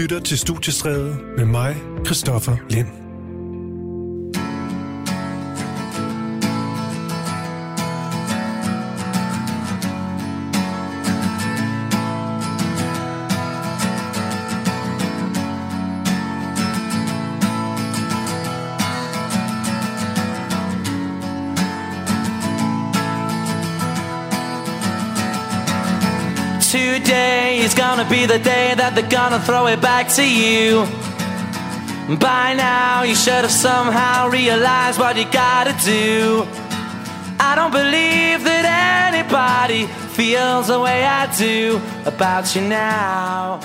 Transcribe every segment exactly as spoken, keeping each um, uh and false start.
lytter til Studiestræde med mig, Christoffer Lind. Today is gonna be the day that they're gonna throw it back to you. By now you should have somehow realized what you gotta do. I don't believe that anybody feels the way I do about you now.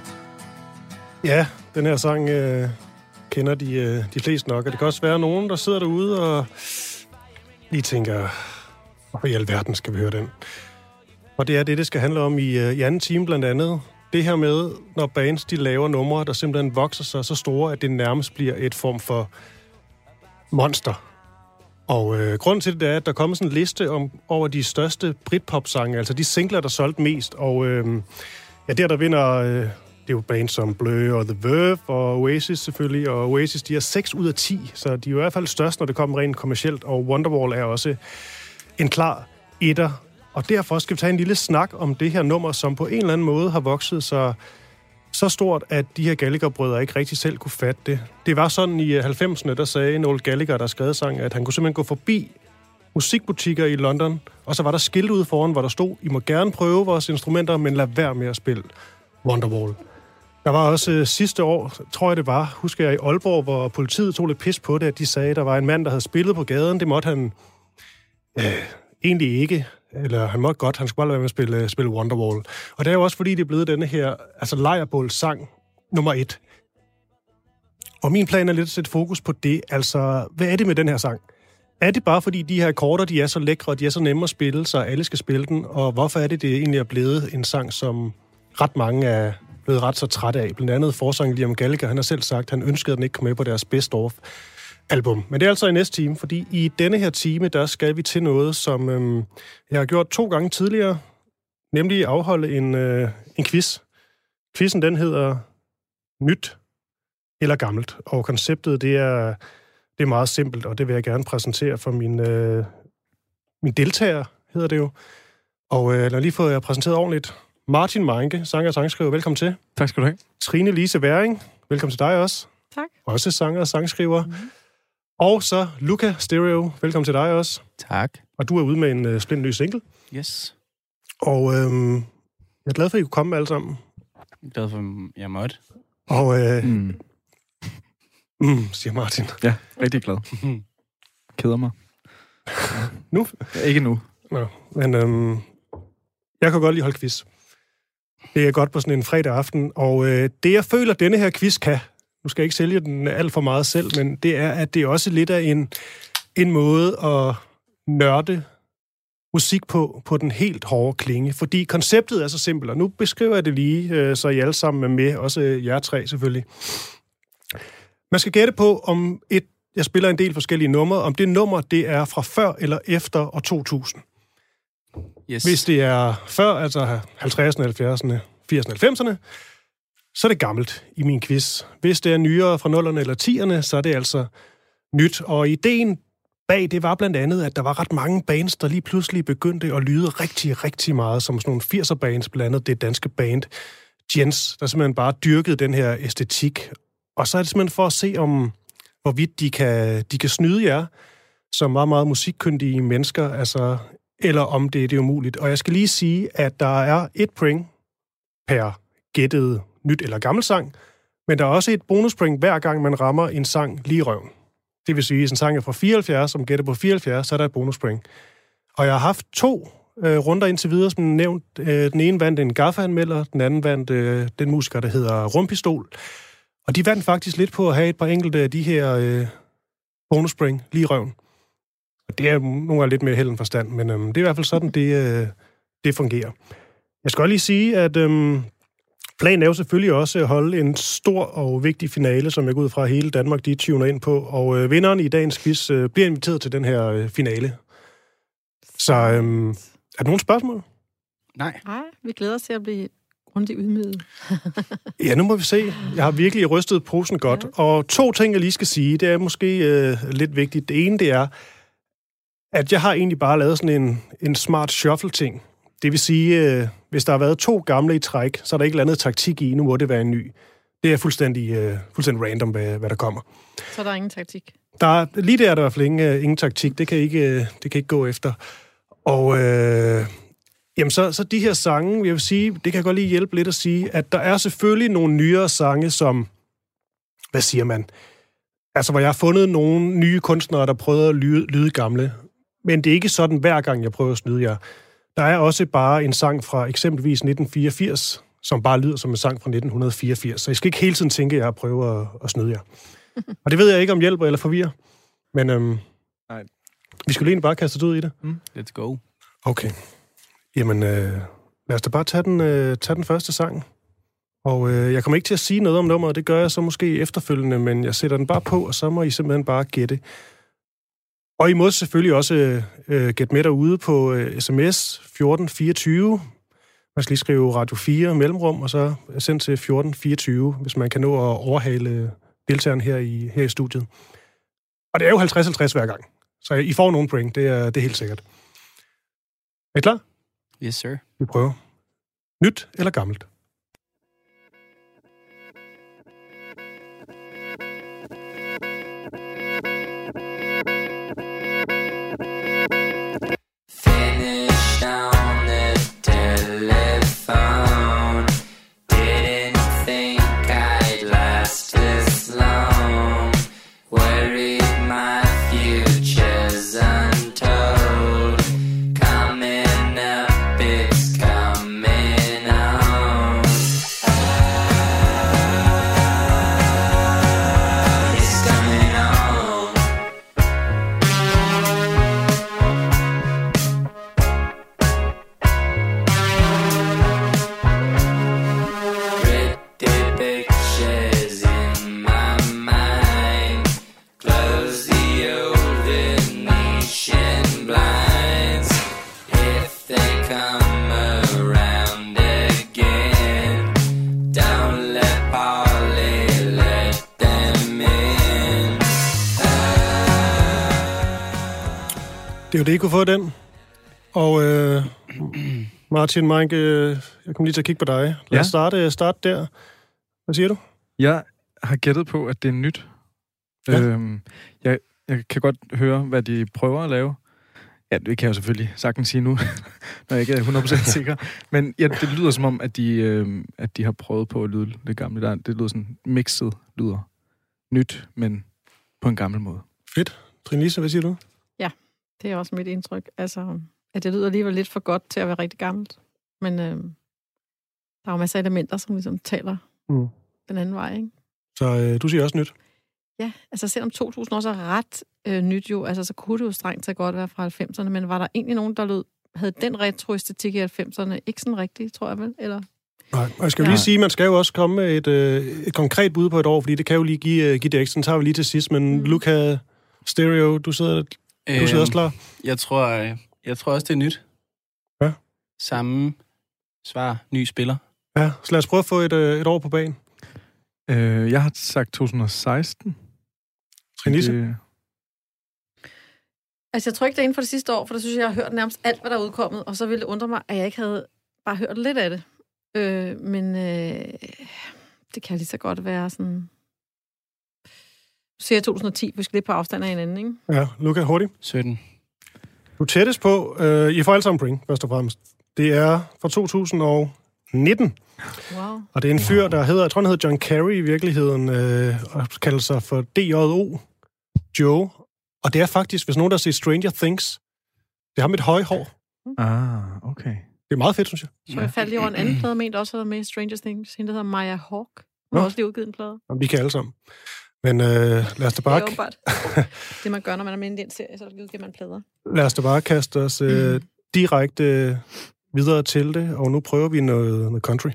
Ja, den her sang øh, kender de, øh, de fleste nok, og det kan også være nogen, der sidder derude og lige tænker, hvorfor i alverden skal vi høre den? Og det er det, det skal handle om i, øh, i anden time blandt andet. Det her med, når bands de laver numre, der simpelthen vokser sig så store, at det nærmest bliver et form for monster. Og øh, grunden til det er, at der kommer sådan en liste om, over de største Britpop-sange, altså de singler, der solgte mest. Og øh, ja, der der vinder, øh, det er jo bands som Blur og The Verve og Oasis selvfølgelig. Og Oasis, de er seks ud af ti, så de er jo i hvert fald størst, når det kommer rent kommercielt. Og Wonderwall er også en klar etter. Og derfor skal vi tage en lille snak om det her nummer, som på en eller anden måde har vokset så, så stort, at de her Gallagher-brødre ikke rigtig selv kunne fatte det. Det var sådan i halvfemserne, der sagde Noel Gallagher, der skrev sang, at han kunne simpelthen gå forbi musikbutikker i London, og så var der skilt ude foran, hvor der stod, I må gerne prøve vores instrumenter, men lad være med at spille Wonderwall. Der var også øh, sidste år, tror jeg det var, husker jeg i Aalborg, hvor politiet tog lidt pis på det, at de sagde, at der var en mand, der havde spillet på gaden. Det måtte han øh, egentlig ikke. Eller han måtte godt, han skulle bare lade være med at spille, spille Wonderwall. Og det er jo også fordi, det er blevet denne her, altså lejrbålssang nummer et. Og min plan er lidt at sætte fokus på det. Altså, hvad er det med den her sang? Er det bare fordi, de her akkorder, de er så lækre, og de er så nemme at spille, så alle skal spille den? Og hvorfor er det, det egentlig er blevet en sang, som ret mange er blevet ret så trætte af? Blandt andet forsanger Liam Gallagher, han har selv sagt, at han ønskede, at den ikke kom med på deres best of album. Men det er altså i næste time, fordi i denne her time, der skal vi til noget, som øhm, jeg har gjort to gange tidligere, nemlig afholde en, øh, en quiz. Quizzen, den hedder Nyt eller Gammelt, og konceptet, det er, det er meget simpelt, og det vil jeg gerne præsentere for min, øh, min deltager, hedder det jo. Og øh, lad mig lige få jer præsenteret ordentligt. Martin Meinke, sanger og sangskriver, velkommen til. Tak skal du have. Trine Lise Væring, velkommen til dig også. Tak. Også sanger og sangskriver. Mm-hmm. Og så Luca Stereo, velkommen til dig også. Tak. Og du er ude med en uh, splint ny single. Yes. Og øhm, jeg er glad for, at I kunne komme alle sammen. Jeg er glad for, at jeg måtte. Og, øh, mm. Mm, siger Martin. Ja, rigtig glad. Keder mig. Nu? Ja, ikke nu. Nå, men øhm, jeg kan godt lide holde quiz. Det er godt på sådan en fredag aften, og øh, det jeg føler, denne her quiz kan, nu skal jeg ikke sælge den alt for meget selv, men det er, at det er også lidt af en, en måde at nørde musik på, på den helt hårde klinge. Fordi konceptet er så simpelt, og nu beskriver jeg det lige, øh, så I alle sammen er med, også jer tre selvfølgelig. Man skal gætte på, om et, jeg spiller en del forskellige numre, om det nummer, det er fra før eller efter år to tusind. Yes. Hvis det er før, altså halvtredserne, halvfjerdserne, firserne, halvfemserne, så er det gammelt i min quiz. Hvis det er nyere fra nullerne eller tierne, så er det altså nyt. Og ideen bag det var blandt andet, at der var ret mange bands, der lige pludselig begyndte at lyde rigtig, rigtig meget, som sådan nogle firser-bands, blandt andet det danske band Jens, der simpelthen bare dyrkede den her æstetik. Og så er det simpelthen for at se, om hvorvidt de kan, de kan snyde jer, som meget, meget musikkyndige mennesker, altså, eller om det, det er umuligt. Og jeg skal lige sige, at der er et point per gættet nyt eller gammel sang, men der er også et bonuspoint hver gang, man rammer en sang lige i røven. Det vil sige, at hvis en sang er fra fireoghalvfjerds, som gætter på fireoghalvfjerds, så er der et bonuspoint. Og jeg har haft to øh, runder indtil videre, som nævnt. Øh, den ene vandt en Gaffa-anmelder, den anden vandt øh, den musiker, der hedder Rumpistol. Og de vandt faktisk lidt på at have et par enkelte af de her øh, bonuspoint lige i røven. Og det er nogle gange lidt mere held end forstand, men øh, det er i hvert fald sådan, det, øh, det fungerer. Jeg skal også lige sige, at øh, planen er jo selvfølgelig også at holde en stor og vigtig finale, som jeg går ud fra hele Danmark, de tuner ind på. Og øh, vinderen i dagens quiz øh, bliver inviteret til den her øh, finale. Så øh, er der nogle spørgsmål? Nej. Nej, vi glæder os til at blive Grundigt ydmyget. Ja, nu må vi se. Jeg har virkelig rystet posen godt. Ja. Og to ting, jeg lige skal sige, det er måske øh, lidt vigtigt. Det ene, det er, at jeg har egentlig bare lavet sådan en, en smart shuffle-ting. Det vil sige, øh, hvis der har været to gamle i træk, så er der ikke andet taktik i. Nu må det være en ny. Det er fuldstændig, øh, fuldstændig random, hvad, hvad der kommer. Så der er ingen taktik? Der er, lige der er der i hvert fald ingen, ingen taktik. Det kan ikke, det kan ikke gå efter. Og øh, jamen så, så de her sange, jeg vil sige, det kan godt lige hjælpe lidt at sige, at der er selvfølgelig nogle nyere sange, som, hvad siger man, altså hvor jeg har fundet nogle nye kunstnere, der prøver at lyde, lyde gamle. Men det er ikke sådan, hver gang jeg prøver at snyde jer. Der er også bare en sang fra eksempelvis nitten fireogfirs, som bare lyder som en sang fra nitten fireogfirs. Så jeg skal ikke hele tiden tænke, at jeg prøver at, at snyde jer. Og det ved jeg ikke, om hjælper eller forvirrer. Men øhm, Nej. Vi skulle egentlig bare kaste det ud i det. Mm, let's go. Okay. Jamen, øh, lad os da bare tage den, øh, tage den første sang. Og øh, jeg kommer ikke til at sige noget om nummeret, det gør jeg så måske efterfølgende, men jeg sætter den bare på, og så må I simpelthen bare gætte. Og I må selvfølgelig også øh, gætte med derude på øh, sms fjorten fireogtyve. Man skal lige skrive Radio fire mellemrum, og så send til fjorten fireogtyve, hvis man kan nå at overhale deltageren her i, her i studiet. Og det er jo halvtreds halvtreds hver gang. Så I får nogen point, det er, det er helt sikkert. Er I klar? Yes, sir. Vi prøver. Nyt eller gammelt? Finished on the telephone. Didn't think I'd last this long. Worried my future's untold. Coming up, it's coming on. Ah, it's coming on. Pretty pictures in my mind. Close the old Venetian blinds. If they come around again, don't let Polly let them in. Det er jo det, I kunne få den. Og øh, Martin, Mike, øh, jeg kommer lige til at kigge på dig. Lad Ja. os starte, starte der. Hvad siger du? Jeg har gættet på, at det er nyt. Ja. Øhm, jeg, jeg kan godt høre, hvad de prøver at lave. Ja, det kan jeg jo selvfølgelig sagtens sige nu, når jeg ikke er hundrede procent sikker. Men ja, det lyder som om, at de, øh, at de har prøvet på at lyde det gamle. Der, det lyder sådan mixet, lyder nyt, men på en gammel måde. Fedt. Trine Lise, hvad siger du? Det er også mit indtryk. Altså, at det lyder alligevel lidt for godt til at være rigtig gammelt. Men øh, der er jo masser af elementer, som ligesom taler Mm. den anden vej, ikke? Så øh, du siger også nyt. Ja, altså selvom to tusind også er ret øh, nyt jo, altså så kunne det jo strengt til godt være fra halvfemserne, men var der egentlig nogen, der lød, havde den retroæstetik i halvfemserne ikke sådan rigtigt, tror jeg vel? Eller? Nej, og jeg skal jo Ja. lige sige, man skal jo også komme med et, øh, et konkret bud på et år, fordi det kan jo lige give, øh, give det ekstra. Den tager vi lige til sidst, men mm. Luca Stereo, du sidder, du sidder også klar. Jeg tror, jeg tror også, det er nyt. Ja. Samme svar, ny spiller. Ja, så lad os prøve at få et, øh, et år på banen. Øh, jeg har sagt to tusind og seksten. Trine Lise? Det- Altså jeg tror ikke, det er inden for det sidste år, for der synes jeg, jeg har hørt nærmest alt, hvad der er udkommet, og så ville det undre mig, at jeg ikke havde bare hørt lidt af det. Øh, men øh, det kan lige så godt være sådan... Du siger to tusind og ti, vi skal lidt på afstand af hinanden, ikke? Ja, Luca, hurtigt. sytten. Du er tættest på. Øh, I får alle sammen point, først og fremmest. Det er fra to tusind og nitten. Wow. Og det er en fyr, der hedder, jeg tror, han hedder John Kerry i virkeligheden, øh, og kalder sig for D J O, Joe. Og det er faktisk, hvis nogen der har set Stranger Things, det er ham med et høje hår. Ah, okay. Det er meget fedt, synes jeg. Så jeg faldt lige over en anden plade, men der også havde med i Stranger Things. Hende, der hedder Maya Hawke. Hun har Nå. også lige udgivet en plade. Og vi kan alle sammen. Men øh, lad os da Det bare, er åbenbart det, man gør, når man er med i den serie, så udgiver man plader. lad os da bare kaste os øh, Mm. direkte øh, videre til det. Og nu prøver vi noget, noget country.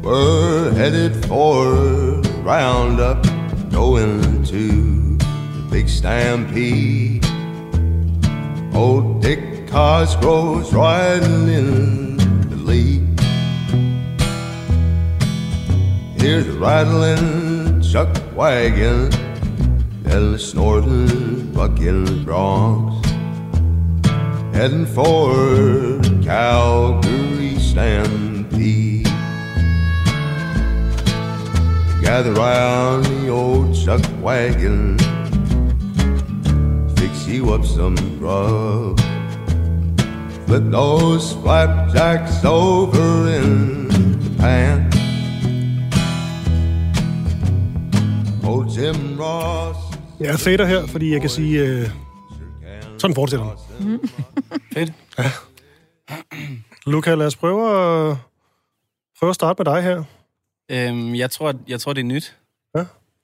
We're headed for roundup, going to the big stampede. Old Dick Cosgrove's riding in the lead. Here's a rattling chuck wagon and a snorting buck in the Bronx, heading for the Calgary stampede. Gather round the old chuck wagon, fix you up some grub, flip those flapjacks over in the pan. Old Jim Ross. Jeg fader her, fordi jeg kan sige, øh, sådan fortsætter den. Fedt. Ja. Luca, lad os prøve at, prøve at starte med dig her. Øhm, jeg, tror, jeg tror, det er nyt. Ja.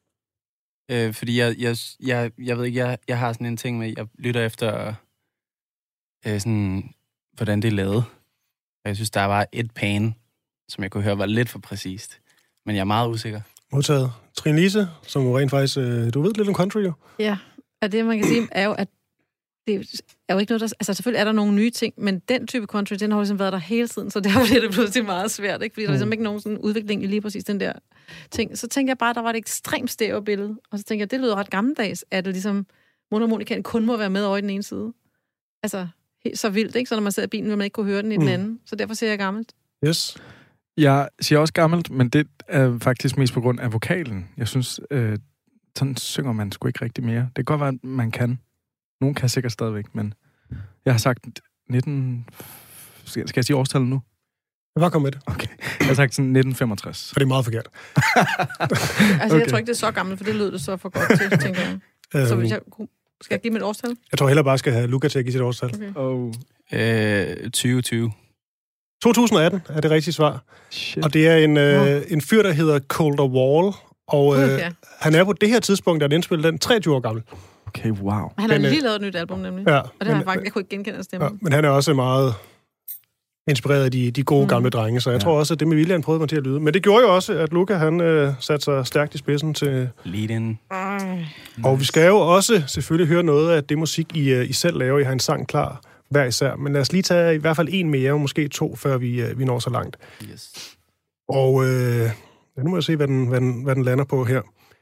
Øh, fordi jeg, jeg, jeg, jeg ved ikke, jeg, jeg har sådan en ting med, jeg lytter efter, øh, sådan, hvordan det er lavet. Og jeg synes, der var et pan, som jeg kunne høre var lidt for præcist. Men jeg er meget usikker. Modtaget. Trine Lise, som jo rent faktisk, øh, du ved lidt om country jo. Ja, og det man kan sige er jo, at det er jo ikke noget, der... Altså selvfølgelig er der nogle nye ting, men den type country, den har jo ligesom været der hele tiden, så derfor bliver det pludselig meget svært, ikke? Fordi mm. der er ligesom ikke nogen sådan udvikling i lige præcis den der ting. Så tænkte jeg bare, at der var et ekstremt stereobillede, og så tænkte jeg, det lyder ret gammeldags, at det ligesom mundharmonikaen kun må være med over i den ene side. Altså, helt så vildt, ikke? Så når man sidder i bilen, vil man ikke kunne høre den i mm. den anden. Så derfor siger jeg gammelt. Yes. Jeg siger også gammelt, men det er faktisk mest på grund af vokalen. Jeg synes, øh, sådan synger man sgu ikke rigtig mere. Det kan godt være, at man kan. Nogen kan sikkert stadigvæk, men jeg har sagt nitten... Skal jeg sige årstallet nu? Jeg var kommet med det. Okay. Jeg har sagt sådan nitten femogtres. For det er meget forkert. Altså, okay. Jeg tror ikke, det er så gammelt, for det lød det så for godt til, tænker jeg. Øhm, så hvis jeg... Skal jeg give mit årstal? Jeg tror hellere bare, skal have Luca til at give sit årstal. Okay. Oh. Øh, tyve tyve. to tusind atten er det rigtige svar. Shit. Og det er en, øh, en fyr, der hedder Colder Wall. Og øh, Okay. han er på det her tidspunkt, der er indspillet den treogtyve år gammel. Okay, wow. Han har Men, øh, lige lavet et nyt album, nemlig. Ja, Og det har men, jeg faktisk... Jeg kunne ikke genkende stemmen. ja, men han er også meget inspireret af de, de gode Mm. gamle drenge, så jeg Ja. tror også, at det med William prøvede mig til at lyde. Men det gjorde jo også, at Luca, han øh, satte sig stærkt i spidsen til... Lead in. Ej. Og vi skal jo også selvfølgelig høre noget af det musik, I, I selv laver. I har en sang klar hver især. Men lad os lige tage i hvert fald en mere, og måske to, før vi, vi når så langt. Yes. Og øh, ja, nu må jeg se, hvad den, hvad, den, hvad den lander på her.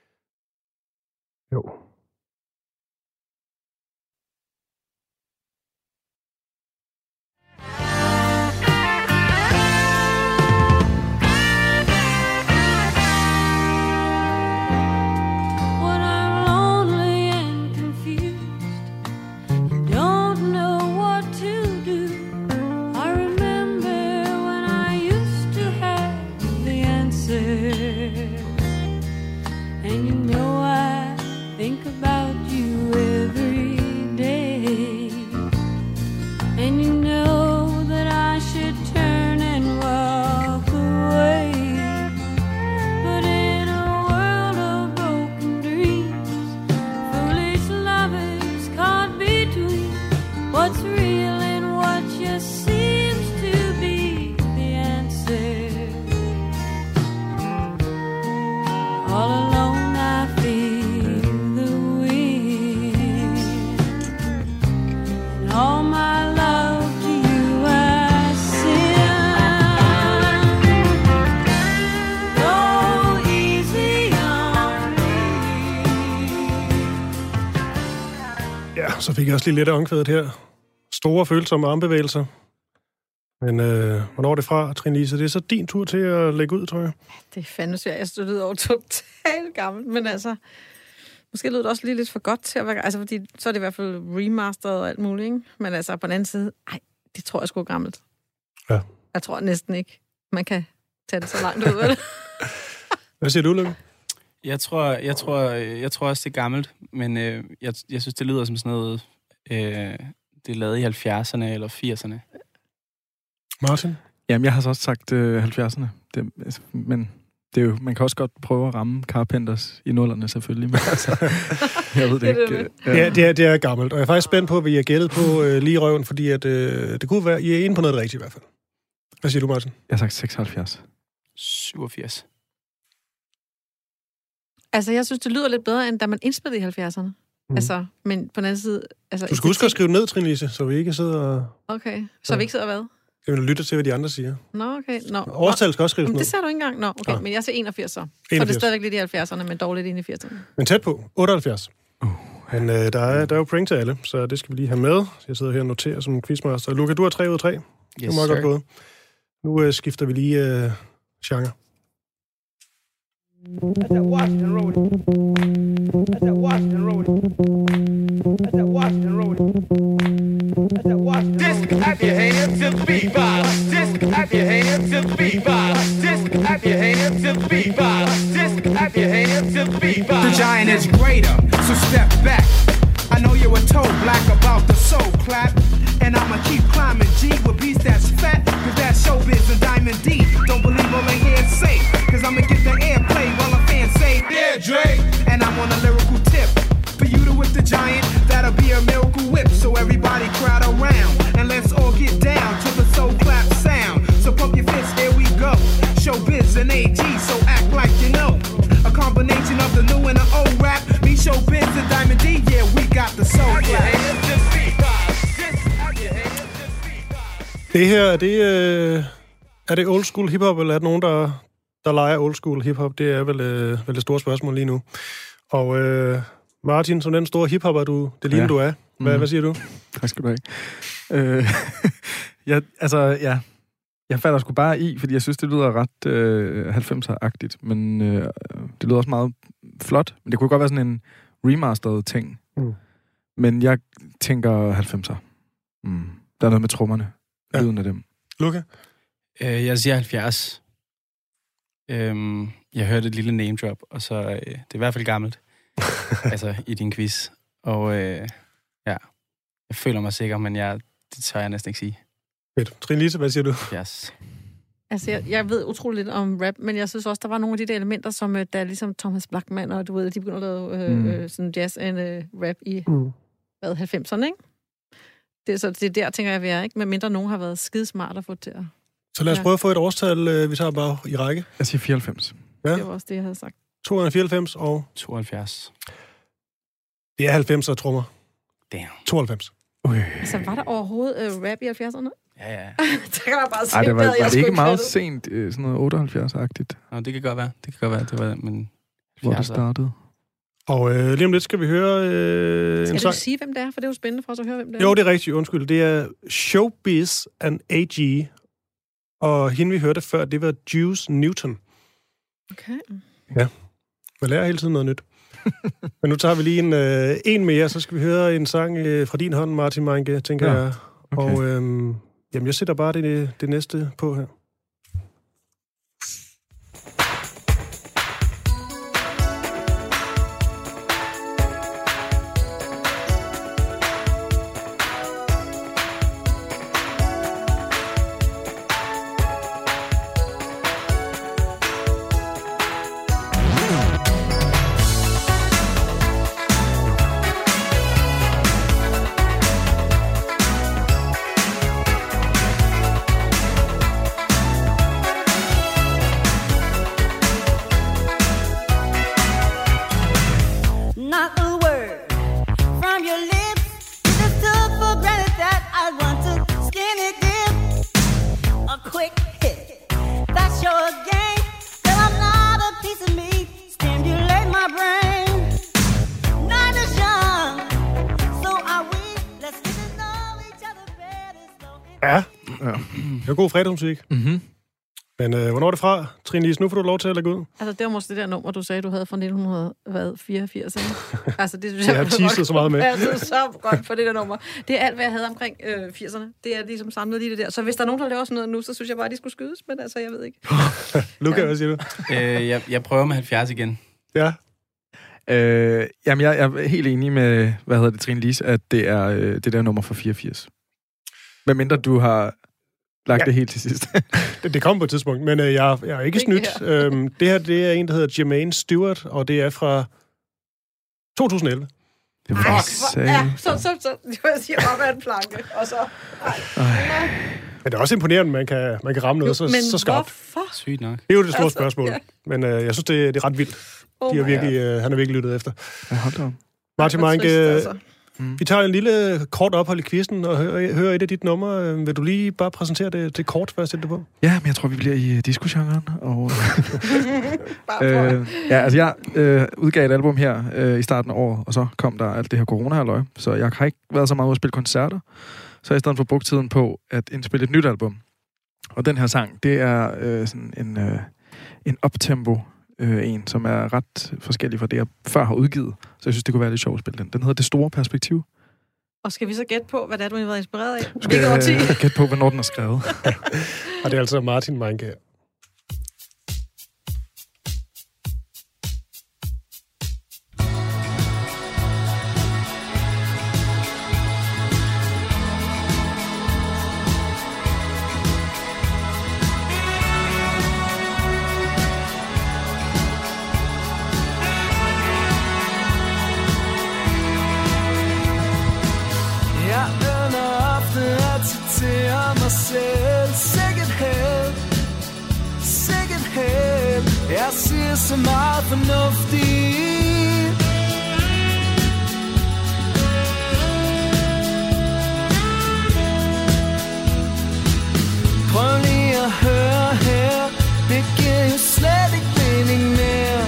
Jo. When I'm lonely and confused, don't know what to do. I remember when I used to have the answer, and you know I think about you every day, and you know that I should turn and walk away. But in a world of broken dreams, foolish lovers caught between what's real and what just seems to be the answer. All alone I feel the wind, and all my love to you I send. Go easy on me. Ja, så fik jeg også lige lidt af omkvædet her. Store følsomme armbevægelser. Men øh, hvornår er det fra, Trine Lise? Det er så din tur til at lægge ud, tror jeg. Det er fandme svært. Jeg stod over totalt gammelt, men altså... Måske lød det også lige lidt for godt til at være... Altså, fordi så er det i hvert fald remasteret og alt muligt, ikke? Men altså, på den anden side... Ej, det tror jeg sgu er gammelt. Ja. Jeg tror næsten ikke, man kan tage det så langt ud af det. Hvad siger du, Løkke? Jeg tror, jeg tror, jeg tror også, det er gammelt, men øh, jeg, jeg synes, det lyder som sådan noget, øh, det er lavet i halvfjerdserne eller firserne. Martin? Jamen, jeg har så også sagt øh, halvfjerdserne. Det, men det er jo, man kan også godt prøve at ramme Carpenters i nullerne, selvfølgelig. Men altså, jeg ved det, Det er ikke. det. Ja. Ja, det er, det er gammelt. Og jeg er faktisk spændt på, hvad I har gættet på øh, lige i røven, fordi at, øh, det kunne være, I er inde på noget rigtigt i hvert fald. Hvad siger du, Martin? Jeg har sagt seksoghalvfjerds. syvogfirs. Altså, jeg synes, det lyder lidt bedre, end da man indspillede i halvfjerdserne. Mm. Altså, men på den anden side... Altså, du skal huske at skrive ned, Trine Lise, så vi ikke sidder og... Okay, så ja. vi ikke sidder hvad? Jeg vil lytte til, hvad de andre siger. Nå, okay. Nå. Årstal skal også skrives ned. Det ser du ikke engang. Nå, okay, ja. Men jeg ser enogfirs så. enogfirs. Så det er stadigvæk lidt i halvfjerdserne, men dog lidt ind i firserne. Men tæt på. otteoghalvfjerds. Uh. Men øh, der, er, der er jo point til alle, så det skal vi lige have med. Jeg sidder her og noterer som quizmaster. Luca, du har tre ud af tre. Yes, det er meget godt gået. Nu øh, skifter vi lige øh, genre. That's that Washington Road. That's that Washington Road. That's that Washington Road. That's that Washington Road. Just clap your hands to the beat box. Just clap your hands to the beat box. Just clap your hands to the beat box. Just clap your hands to the beat box. The giant is greater, so step back. I know you were told black about the soul clap. And I'ma keep climbing G with beats that's fat. Cause that's showbiz and Diamond D. Don't believe all they hear say. Cause I'ma get the airplay while a fan say, yeah, Dre. And I'm on a lyrical tip. For you to whip the giant, that'll be a miracle whip. So everybody crowd around. And let's all get down to the soul clap sound. So pump your fists, here we go. Showbiz and A G, so act like you know. A combination of the new and the old rap. Me, Showbiz and Diamond D, yeah, we got the soul clap. Det her, er det, øh, er det old school hiphop, eller er det nogen, der, der leger old school hiphop? Det er vel, øh, vel det store spørgsmål lige nu. Og øh, Martin, som den store hiphopper, du, det ligner ja. du er. Hvad, mm. hvad siger du? Tak skal du have. Øh, jeg, altså, ja. Jeg falder sgu bare i, fordi jeg synes, det lyder ret øh, halvfemser-agtigt, men øh, det lyder også meget flot. Men det kunne godt være sådan en remasteret ting. Mm. Men jeg tænker halvfemser. Mm. Der er noget med trommerne. Ja. Lyden af dem. Luca? Øh, jeg siger halvfjerds. Øhm, jeg hørte et lille name drop, og så øh, det er i hvert fald gammelt. altså i din quiz. Og øh, ja, jeg føler mig sikker, men jeg, det tør jeg næsten ikke sige. Fedt. Trine Lise, hvad siger du? halvfjerds. Altså, jeg, jeg ved utroligt lidt om rap, men jeg synes også, der var nogle af de der elementer, som der er ligesom Thomas Blackman, og du ved, de begynder at lave øh, mm. øh, sådan jazz and øh, rap i mm. hvad, halvfemserne, ikke? Det, så det er der, tænker jeg, vi er, ikke? Men mindre nogen har været skidesmart at få til at... Så lad os prøve at få et årstal, øh, vi tager bare i række. Jeg siger fireoghalvfems. Ja. Det var også det, jeg havde sagt. to hundrede og fireoghalvfems og... tooghalvfjerds. Det er halvfemser trommer. Damn. tooghalvfems. Ui. Altså, var der overhovedet øh, rap i halvfjerdserne? Ja, ja. det kan man bare se. Ej, det var, hvad, var det ikke meget det. sent, sådan noget otteoghalvfjerds-agtigt? Nå, det kan godt være. Det kan godt være, det var men... Hvor det startede. Og øh, lige om lidt skal vi høre øh, skal en sang. du sige, hvem det er? For det er jo spændende for os at høre, hvem det er. Jo, det er rigtigt. Undskyld. Det er Showbiz and A G. Og hende, vi hørte før, det var Juice Newton. Okay. Ja. Man lærer hele tiden noget nyt. Men nu tager vi lige en, øh, en mere, så skal vi høre en sang øh, fra din hånd, Martin Meinke, tænker ja. jeg. Okay. Og øh, jamen, jeg sætter bare det, det næste på her. Ja, ja. Det var god fredagsmusik. Mm-hmm. Men øh, hvornår er det fra? Trine Lise, nu får du lov til at lægge ud. Altså, det var måske det der nummer, du sagde, du havde fra nitten fireogfirs. altså, det synes jeg, jeg har teaset så meget med. Jeg synes så godt for det der nummer. Det er alt, hvad jeg havde omkring øh, firserne. Det er ligesom samlet lige det der. Så hvis der er nogen, der laver sådan noget nu, så synes jeg bare, de skulle skydes. Men altså, jeg ved ikke. Luca, ja. Hvad siger du? øh, jeg, jeg prøver med halvfjerds igen. Ja. Øh, jamen, jeg, jeg er helt enig med, hvad hedder det, Trine Lise, at det er øh, det der nummer fra fireogfirs. Hvad mindre du har lagt ja. det helt til sidst. det, det kom på et tidspunkt, men øh, jeg, jeg er ikke snydt. Øhm, det her, det er en, der hedder Jermaine Stewart, og det er fra to tusind og elleve. Det var Ej, ja, så, så, så, jeg siger op ad en planke, og så... Ej. Men det er også imponerende, man kan, man kan ramme noget jo, så, så skarpt. Hvorfor? Sygt nok. Det er jo det store altså, spørgsmål. Ja. Men øh, jeg synes, det, det er ret vildt. Oh De er virkelig, øh, han er virkelig lyttet efter. Ja, hold da. Martin Meinke, altså. mm. vi tager en lille kort ophold i quizzen og hører, hører et af dit numre. Vil du lige bare præsentere det, det kort, hvad jeg sætter det på? Ja, men jeg tror, vi bliver i disco-genren. Og, øh, ja, altså jeg øh, udgav et album her øh, i starten af året, og så kom der alt det her corona-halløj. Så jeg har ikke været så meget ude at spille koncerter. Så jeg i stedet for brugt tiden på at indspille et nyt album. Og den her sang, det er øh, sådan en, øh, en uptempo øh, en, som er ret forskellig fra det, jeg før har udgivet. Så jeg synes, det kunne være lidt sjovt at spille den. Den hedder Det Store Perspektiv. Og skal vi så gætte på, hvad det er, du har været inspireret af? Skal jeg gætte på, hvornår den er skrevet? Og det er altså Martin Meinke her. Jeg siger så meget fornuftigt. Prøv lige at høre her. Det giver jo slet ikke mening mere.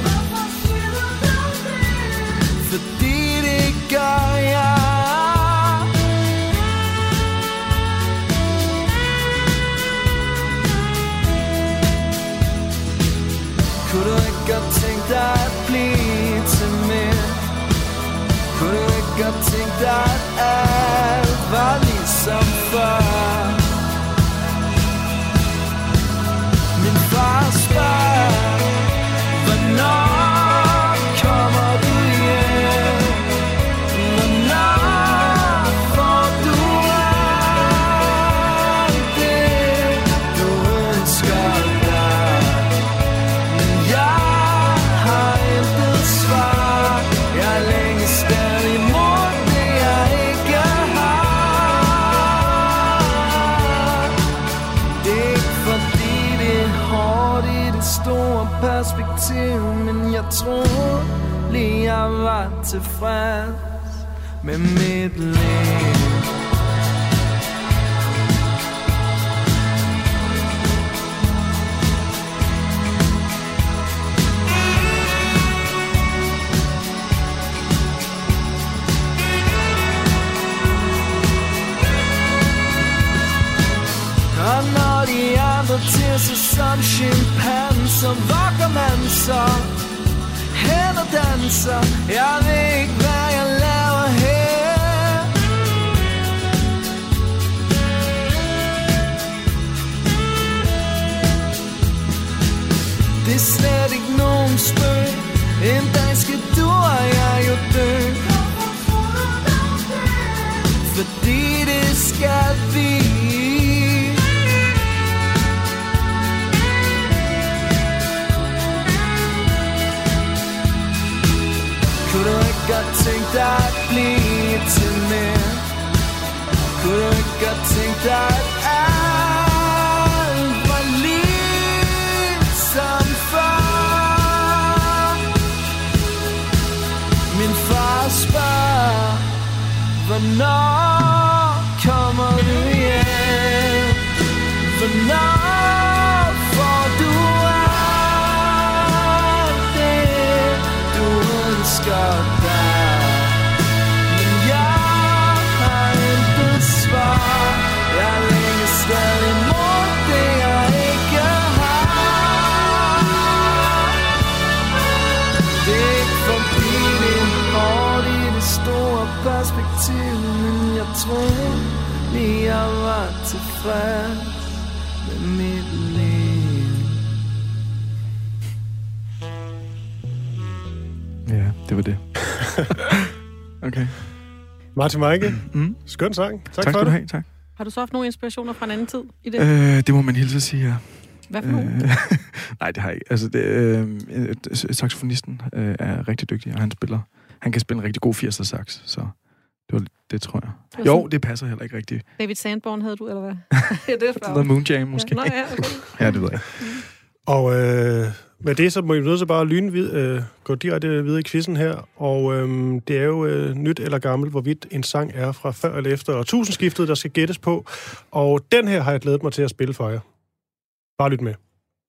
Fordi det gør jeg. Kunne du ikke godt tænke dig at blive til mere? Kunne du ikke godt tænke dig at alt var ligesom før? Min far spørger, hvornår kommer du hjem? Hvornår får du alt det, du ønsker dig? Men jeg har intet svar. Jeg længes stadig mod det, jeg ikke har. Det er ikke fordi det er hårdt i det store perspektiv, men jeg tror lige jeg var tilfreds med mit liv. Og når de andre til sig som chimpanser, vokser man så hen og danser. Jeg ved ikke, hvad jeg laver her. Det er slet ikke nogen spøg. En dag skal du og jeg jo dø. Fordi det skal vi. Kunne du ikke godt tænke dig at blive til mere? Kunne du ikke godt tænke dig at alt var ligesom før? Min far spørger, hvornår kommer du hjem? Hvornår får du alt det, du ønsker dig? Men jeg har intet svar. Jeg længes stadig mod det, jeg ikke har. Det er ikke fordi det er hårdt i det store perspektiv, men jeg tror lige jeg var tilfreds med mit liv. Ja, det var det. Okay. Martin Meinke, Mm. skøn sang. Tak, Tak for skal du det. have, tak. Har du så haft nogle inspirationer fra en anden tid i det? Øh, det må man hilse at sige, ja. Hvad for nogle? Øh, nej, det har jeg ikke. Altså, det, øh, saxofonisten øh, er rigtig dygtig, og han spiller, han kan spille en rigtig god firser sax, så Det, var, det tror jeg. Jo, det passer heller ikke rigtigt. David Sanborn havde du, eller hvad? Ja, det er Noget Moonjam, måske. Ja, nå, ja, okay. Ja, det ved jeg. Og øh, med det, så må I nødt til bare at lyne vid, øh, gå direkte videre i quizzen her. Og øh, det er jo øh, nyt eller gammelt, hvorvidt en sang er fra før eller efter årtusindskiftet, der skal gættes på. Og den her har jeg glædet mig til at spille for jer. Bare lyt med.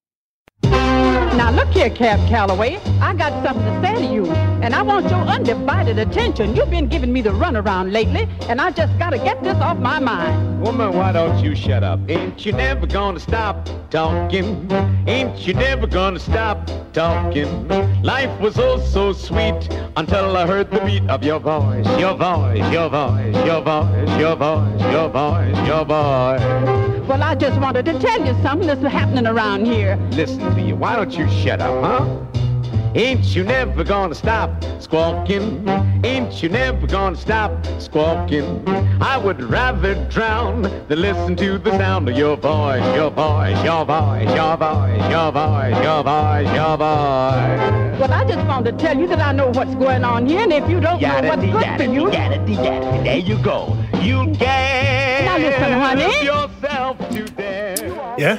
Now look here, Cab Calloway, I got something to say to you, and I want your undivided attention. You've been giving me the runaround lately, and I just gotta get this off my mind. Woman, why don't you shut up? Ain't you never gonna stop talking? Ain't you never gonna stop talking? Life was oh so sweet until I heard the beat of your voice, your voice, your voice, your voice, your voice, your voice, your voice. Well, I just wanted to tell you something that's happening around here. Listen to you. Why don't you shut up, huh? Ain't you never gonna stop squawking? Ain't you never gonna stop squawking? I would rather drown than listen to the sound of your voice, your voice, your voice, your voice, your voice, your voice, your voice. Well, I just wanted to tell you that I know what's going on here, and if you don't know what's good for you... There you go. You can Now listen, honey. yourself to death. Ja,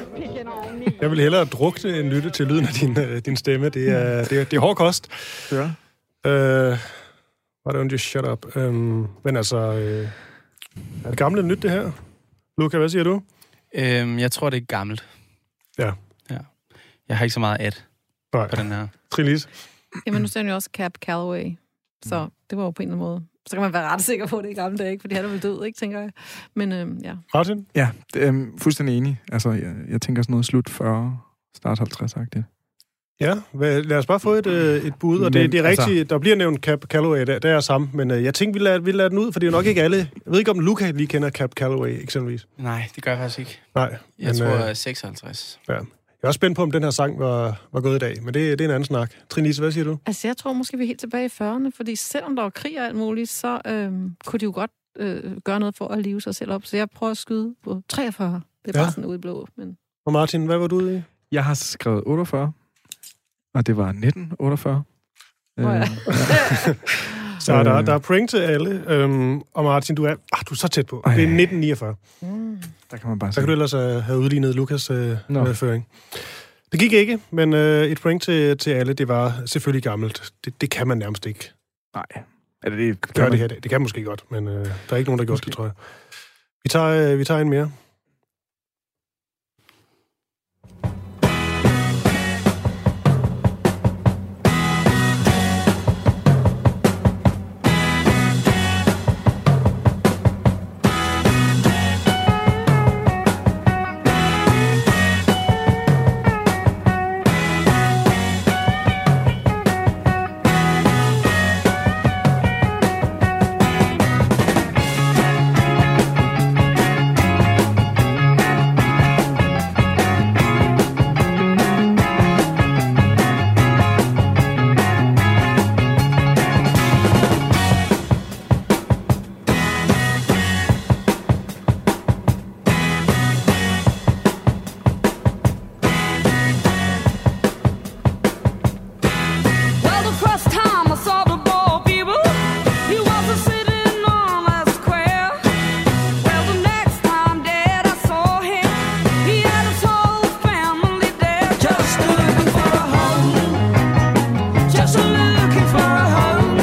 jeg vil hellere drukne end lytte til lyden af din, uh, din stemme. Det er, det er, det er hård kost. Ja. Uh, why don't you shut up? Um, men altså, uh, er det gammelt eller nyt, det her? Luca, hvad siger du? Øhm, jeg tror, det er gammelt. Ja. Ja. Jeg har ikke så meget at Nej. på den her. Trilise? Jamen, nu ser jeg jo også Cab Calloway, så det var jo på en eller anden måde. Så kan man være ret sikker på, at det er gamle dage, ikke? Fordi han er vel død, ikke, tænker jeg. Men øhm, ja. Martin? Ja, det er um, fuldstændig enig. Altså, jeg, jeg tænker sådan noget slut fyrre, start halvtreds-agtigt. Ja, lad os bare få et, et bud, og Men, det, det er rigtigt, altså, der bliver nævnt Cab Calloway, der, der er sammen, men uh, jeg tænkte, vi lader, vi lader den ud, for det er jo nok ikke alle. Jeg ved ikke, om Luca lige kender Cab Calloway, eksempelvis. Nej, det gør jeg faktisk ikke. Nej. Jeg men, tror uh, seksoghalvtreds. Ja. Jeg er også spændt på, om den her sang var, var gået i dag, men det, det er en anden snak. Trinise, hvad siger du? Altså, jeg tror måske, vi er helt tilbage i fyrrerne, fordi selvom der var krig og alt muligt, så øhm, kunne de jo godt øh, gøre noget for at live sig selv op. Så jeg prøver at skyde på treogfyrre. Det er Ja. bare sådan ude i blå. Men... Og Martin, hvad var du ude i? Jeg har skrevet otteogfyrre, og det var nitten otteogfyrre. Oh, ja. Øh, Så der, der er point til alle, øhm, og Martin, du er, ah, du er så tæt på. Ej. Det er nitten niogfyrre. Mm. Der kan man bare Så kan du se. ellers uh, have udlignet Lukas uh, Nå. føring. Det gik ikke, men uh, et point til, til alle, det var selvfølgelig gammelt. Det, det kan man nærmest ikke Nej. Eller det kan gøre man- det her dag. Det kan man måske godt, men uh, der er ikke nogen, der har gjort Måske. det, tror jeg. Vi tager, uh, vi tager en mere. Well, the first time I saw the ball people, he wasn't sitting on a square. Well, the next time that I saw him, he had his whole family there, just looking for a home, just looking for a home.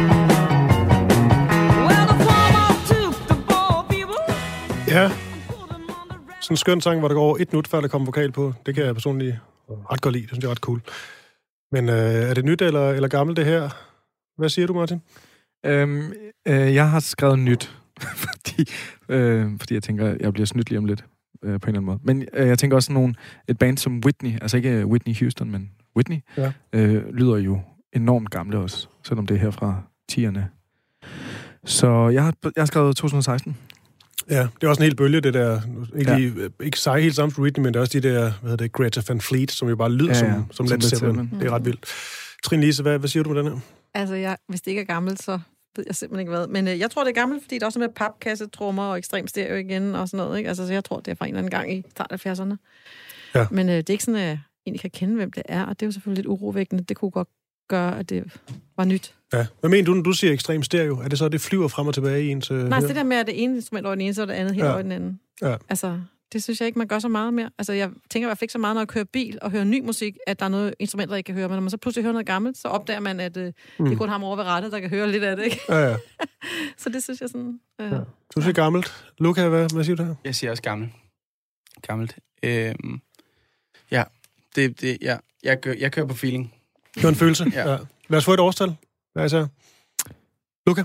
Well, the farmer took the ball people. Ja, sådan en skøn sang, hvor der går over et minut, før der kommer vokal på. Det kan jeg personligt ret godt lide. Det synes jeg er ret cool. Men øh, er det nyt eller, eller gammelt, det her? Hvad siger du, Martin? Øhm, øh, jeg har skrevet nyt, fordi, øh, fordi jeg tænker, jeg bliver snydt lige om lidt, øh, på en eller anden måde. Men øh, jeg tænker også nogle, et band som Whitney, altså ikke Whitney Houston, men Whitney, Ja. øh, lyder jo enormt gamle også, selvom det er her fra tierne. Så jeg har, jeg har skrevet to tusind og seksten. Ja, det er også en hel bølge, det der. Ikke, Ja. lige, ikke seje helt sammen som Whitney, men det er også de der, hvad hedder det, Greta Van Fleet, som jo bare lyder Ja, ja, ja. som, som Som Led Led Zeppelin. Zeppelin. Det er ret vildt. Trine Lise, hvad, hvad siger du med den her? Altså, jeg, hvis det ikke er gammelt, så ved jeg simpelthen ikke hvad. Men øh, jeg tror, det er gammelt, fordi det er også med papkassetrummer og ekstrem stereo igen og sådan noget. Ikke? Altså, så jeg tror, det er fra en eller anden gang i start af halvfjerdserne. Ja. Men øh, det er ikke sådan, at jeg egentlig kan kende, hvem det er. Og det er jo selvfølgelig lidt urovækkende. Det kunne godt gøre, at det var nyt. Ja. Hvad mener du, når du siger ekstrem stereo? Er det så, det flyver frem og tilbage i ens... Nej, det der med, at det ene instrument over den ene, så er det andet helt ja. over den anden. Ja. Altså, det synes jeg ikke, man gør så meget mere. Altså, jeg tænker i hvert fald ikke så meget, når jeg kører bil og hører ny musik, at der er noget instrument, der ikke kan høre. Men når man så pludselig hører noget gammelt, så opdager man, at øh, mm. det er kun ham over ved rettet, der kan høre lidt af det, ikke? Ja, ja. Så det synes jeg sådan... Øh... Ja. Du siger gammelt. Luca, hvad, hvad siger du her? Jeg siger også gammelt. Gammelt. Øhm, ja, det, det, ja. Jeg, gør, jeg kører på feeling. Det var en følelse. Ja. Ja. Lad os få et årstal. Hvad er så? Luca?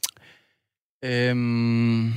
Øhm,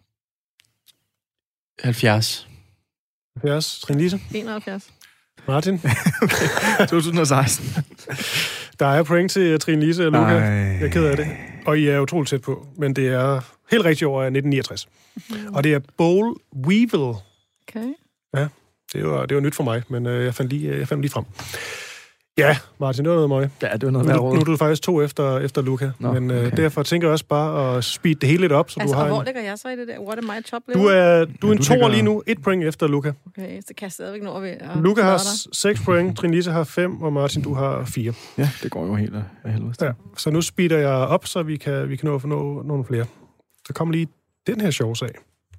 halvfjerds. halvfjerds. Trine Lise? enoghalvfjerds. Martin? to tusind og seksten. Der er point til Trine Lise og Luca. Ej. Jeg er ked af det. Og I er utroligt tæt på. Men det er helt rigtigt over nitten niogtres. Mm. Og det er Boll Weevil. Okay. Ja, det var, det var nyt for mig, men øh, jeg fandt lige, jeg fandt lige frem. Ja, Martin, det var noget møg. Ja, det var noget nu, værd råd. nu er du faktisk to efter, efter Luca. Nå, men øh, okay. derfor tænker jeg også bare at speede det hele lidt op. Så Altså, du har og hvor en, ligger jeg så i det der? What am I top du er, du Ja, er du en toer ligger- lige nu. Et point efter Luca. Okay, så kan jeg stadigvæk nå ved at Luca har klare seks point, Trine Lise har fem, og Martin, du har fire. Ja, det går jo helt af af helvede. Ja, så nu speeder jeg op, så vi kan, vi kan nå at få nå, nogle flere. Så kommer lige den her sjove sag.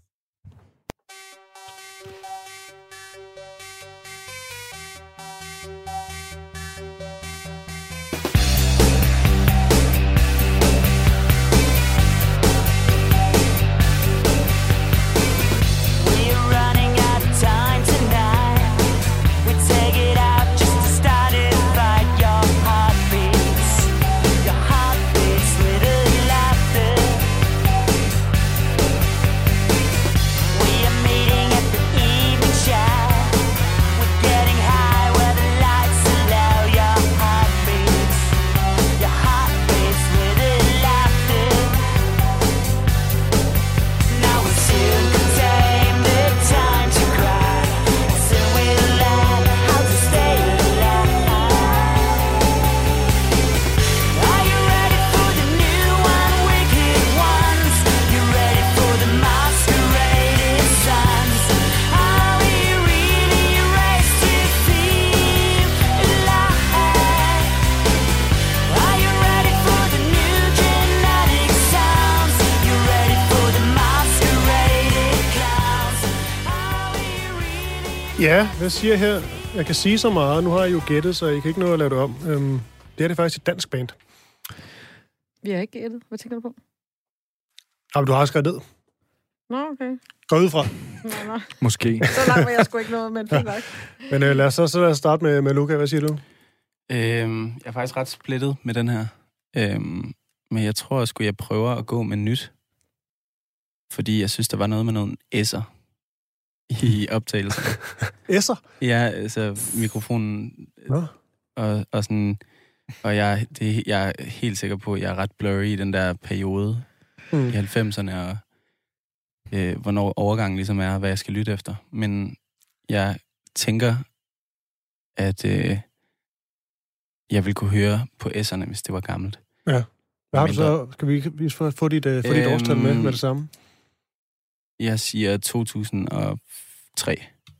We're running out of time tonight. We take it out just to start it right. Your heartbeats, your heartbeats, little laughter. We are meeting at the evening shower. We're getting high where the lights are low. Your heartbeats, your heartbeats, little laughter. Now we'll soon contain the time to cry. Soon we'll learn how to stay alive. Are you ready for the new one, wicked ones? You ready for the masquerading sons? Are we really raised to feel alive? Are you ready for the new genetic sounds? You ready for the masquerading clowns? Are we really? Ja, hvad siger jeg her? Jeg kan sige så meget. Nu har jeg jo gættet, så I kan ikke nå at lave det om. Øhm, det er det faktisk et dansk band. Vi har ikke gættet. Hvad tænker du på? Har du har skrevet ned? Nå, okay. Gå ud fra. Nå, nå. Måske. Så langt var jeg sgu ikke noget, men fint nok. Men øh, lad os så, så lad os starte med, med Luca. Hvad siger du? Øhm, jeg er faktisk ret splittet med den her. Øhm, men jeg tror, at skulle jeg prøve at gå med nyt. Fordi jeg synes, der var noget med nogle S'er i optagelsen. S'er? Ja, altså mikrofonen Nå. og, og sådan... Og jeg, det, jeg er helt sikker på, at jeg er ret blurry i den der periode Mm. i halvfemserne, og øh, hvornår overgangen ligesom er, hvad jeg skal lytte efter. Men jeg tænker, at øh, jeg ville kunne høre på S'erne, hvis det var gammelt. Ja. Hvad har du Mindre. så? Skal vi, vi få, få dit, uh, få dit Øhm, årstal med med det samme? Jeg siger to tusind og tre.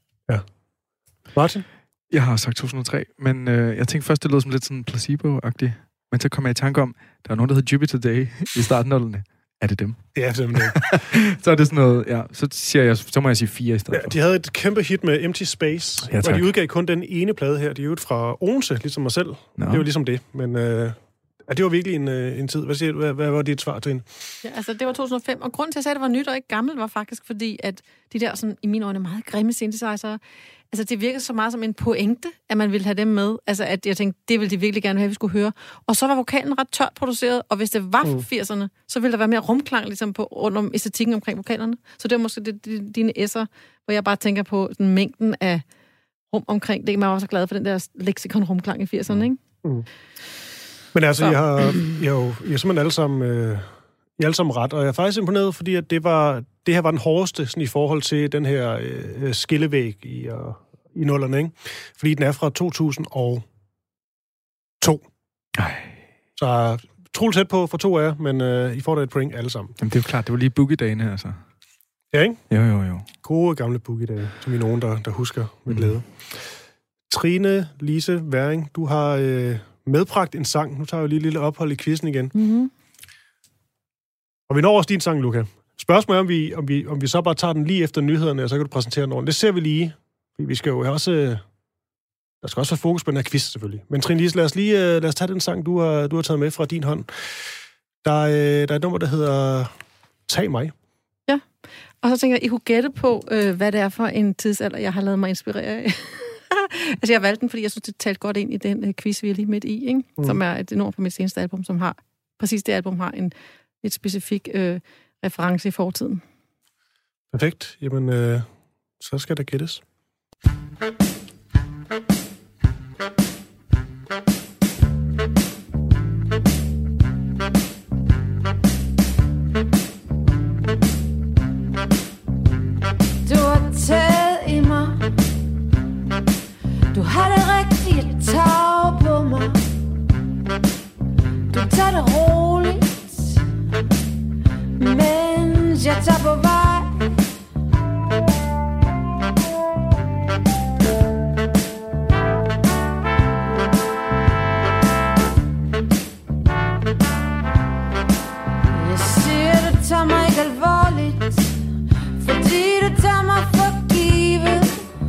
Martin? Jeg har sagt to tusind og tre, men øh, jeg tænkte først, det lød som lidt sådan placebo-agtigt. Men så kom jeg i tanke om, der er nogen, der hedder Jupiter Day i starten af nullerne. Er det dem? Ja, simpelthen. Så er det sådan noget, ja. Så, siger jeg, så må jeg sige fire i stedet Ja, for. de havde et kæmpe hit med Empty Space, Ja, og tak. de udgav kun den ene plade her. De er jo fra Odense, ligesom mig selv. Nå. Det var ligesom det, men øh, ja, det var virkelig en, øh, en tid. Hvad, siger du? Hvad, hvad var dit svar til hende? Ja, altså, det var to tusind og fem, og grunden til, at jeg sagde, at det var nyt og ikke gammelt, var faktisk fordi, at de der, sådan, i mine øjne, meget grimme synthesizer, altså, det virkede så meget som en pointe, at man ville have dem med. Altså, at jeg tænkte, det ville de virkelig gerne have, at vi skulle høre. Og så var vokalen ret tørt produceret, og hvis det var Mm. firserne, så ville der være mere rumklang ligesom på, rundt om æstetikken omkring vokalerne. Så det var måske det, det, dine S'er, hvor jeg bare tænker på den mængden af rum omkring det. Man var så glad for den der leksikon-rumklang i firserne, ikke? Mm. Men altså, Så. jeg har, jeg har jo jeg har simpelthen alle sammen, øh, I er alle sammen ret, og jeg er faktisk imponeret, fordi at det, var, det her var den hårdeste sådan, i forhold til den her øh, skillevæg i, øh, i nullerne, ikke? Fordi den er fra to tusind og to. Ej. Så troligt tæt på for to af jer, men øh, I får da et point alle sammen. Jamen, det er jo klart, det var lige boogie-dagene, altså. Ja, ikke? Jo, jo, jo. Gode gamle boogie-dage, som I nogen, der, der husker med glæde. Mm. Trine, Lise, Væring, du har øh, medbragt en sang. Nu tager jeg jo lige et lille ophold i quizzen igen. Mm-hmm. Og vi når også din sang, Luca. Spørgsmålet er, om vi, om, vi, om vi så bare tager den lige efter nyhederne, og så kan du præsentere den ordentligt. Det ser vi lige. Vi skal jo også... Der skal også være fokus på den her quiz, selvfølgelig. Men Trine Lise, lad os lige lad os tage den sang, du har, du har taget med fra din hånd. Der er, der er et nummer, der hedder Tag mig. Ja, og så tænker jeg, I kunne gætte på, øh, hvad det er for en tidsalder, jeg har lavet mig inspirere af. Altså, jeg valgte den, fordi jeg synes, det talte godt ind i den øh, quiz, vi er lige midt i, ikke? Mm. Som er et nummer på mit seneste album, som har... Præcis det album har en lidt specifik øh, reference i fortiden. Perfekt. Jamen, øh, så skal der gættes. Du har taget i mig. Du har det rigtige tag på mig. Du tager det roligt, mens jeg tager på vej. Jeg siger, du tager mig ikke alvorligt, fordi du tager mig for givet.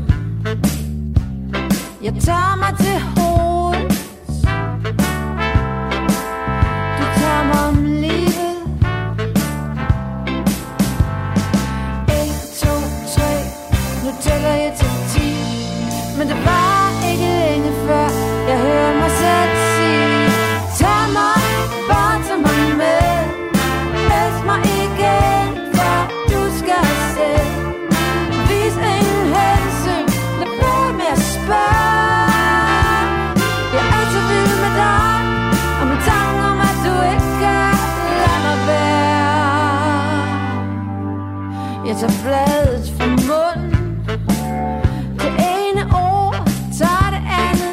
Jeg tager mig til hovedet. Du tager mig om livet. En, to, tre. Nu tæller jeg til ti. Men det var ikke længe før jeg hører mig selv sige: tag mig, bare tag mig med. Elsk mig igen, før du skal afsted. Vis ingen hensyn, lad være med at spørge. Jeg er så vild med dig, og med tanken om, at du ikke kan lade mig være. Jeg tager bladet fra munden. Det ene ord tager det andet.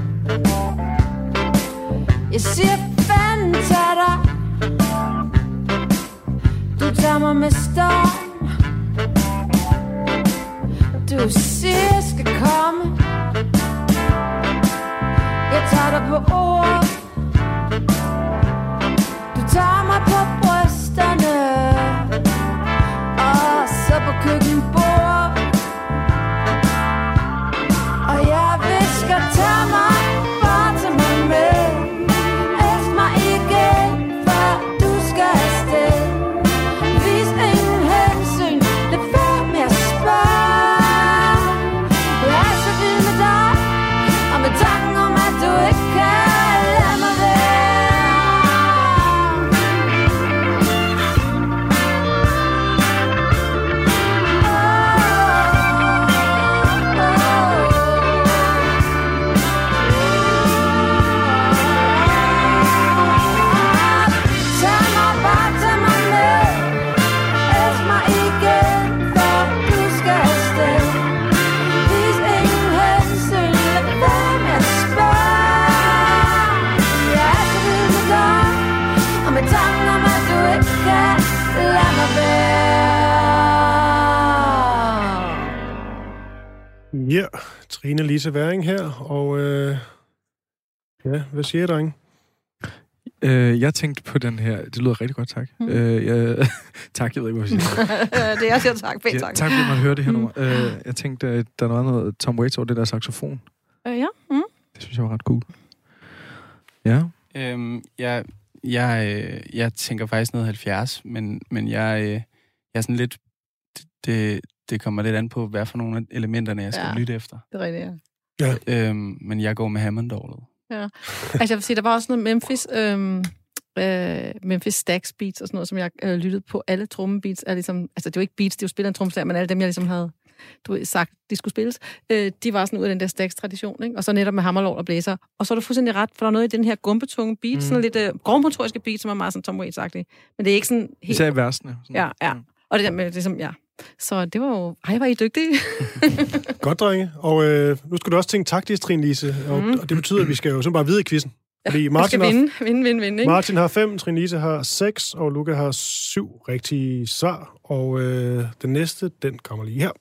Jeg siger, fanden tag dig. Du tager mig med storm. Du siger, jeg skal komme. Jeg tager dig på ord. Du tager mig på brysterne. Og så på køkkenbord. Og jeg visker, tag mig, bare tag mig med. Elsk mig igen, før du skal afsted. Vis ingen hensyn, lad være med at spørge. Jeg er så vild med dig, og med tanken om, at du ikke kan lade mig være. Tag mig, bare tag mig med. Elsk mig igen, før du skal afsted. Vis ingen hensyn, lad være med at spørge. Jeg er så vild med dig, og med tanken om, at du ikke kan lade mig være. Ja, Trine Lise Væring her, og øh, ja, hvad siger I, drenge? Øh, jeg tænkte på den her... Det lyder rigtig godt, tak. Mm. Øh, jeg, tak, jeg ved ikke, hvad jeg siger. Det er jeg siger tak. Pænt tak. Ja, tak, fordi man hører det her nummer. Øh, jeg tænkte, at der var noget Tom Waits over det der saxofon. Øh, ja. Mm. Det synes jeg var ret cool. Ja. Øhm, jeg, jeg, øh, jeg tænker faktisk noget halvfjerds, men, men jeg, øh, jeg er sådan lidt... Det, det kommer lidt an på, hvad for nogle af elementerne, jeg skal Ja. lytte efter. Det er rigtigt, ja. Ja. Øhm, men jeg går med Hammond-orglet. Ja. Altså, jeg vil sige, der var også noget Memphis, øhm, øh, Memphis Stax beats og sådan noget, som jeg øh, lyttede på. Alle trommebeats er ligesom... Altså, det er jo ikke beats, det er jo spillet en trommeslager, men alle dem, jeg ligesom havde du ved, sagt, de skulle spilles, øh, de var sådan ud af den der Stax-tradition, ikke? Og så netop med hammerlov og blæser. Og så er du fuldstændig ret, for der er noget i den her gumpetunge beat, mm. sådan lidt øh, grovmotoriske beat, som er meget sådan Tom Waits-agtig. Men det er ikke sådan helt... Især i versene. Sådan. Ja, ja. Og det der med, ligesom, ja. Så det var jo... Ej, var I dygtige. Godt, drenge. Og øh, nu skal du også tænke taktisk, Trine Lise. Og, Mm. og det betyder, at vi skal jo sådan bare videre i quizzen. Fordi Jeg Martin skal har, vinde, vinde, vinde, vinde, ikke? Martin har fem, Trine Lise har seks, og Luca har syv rigtige svar. Og øh, den næste, den kommer lige her.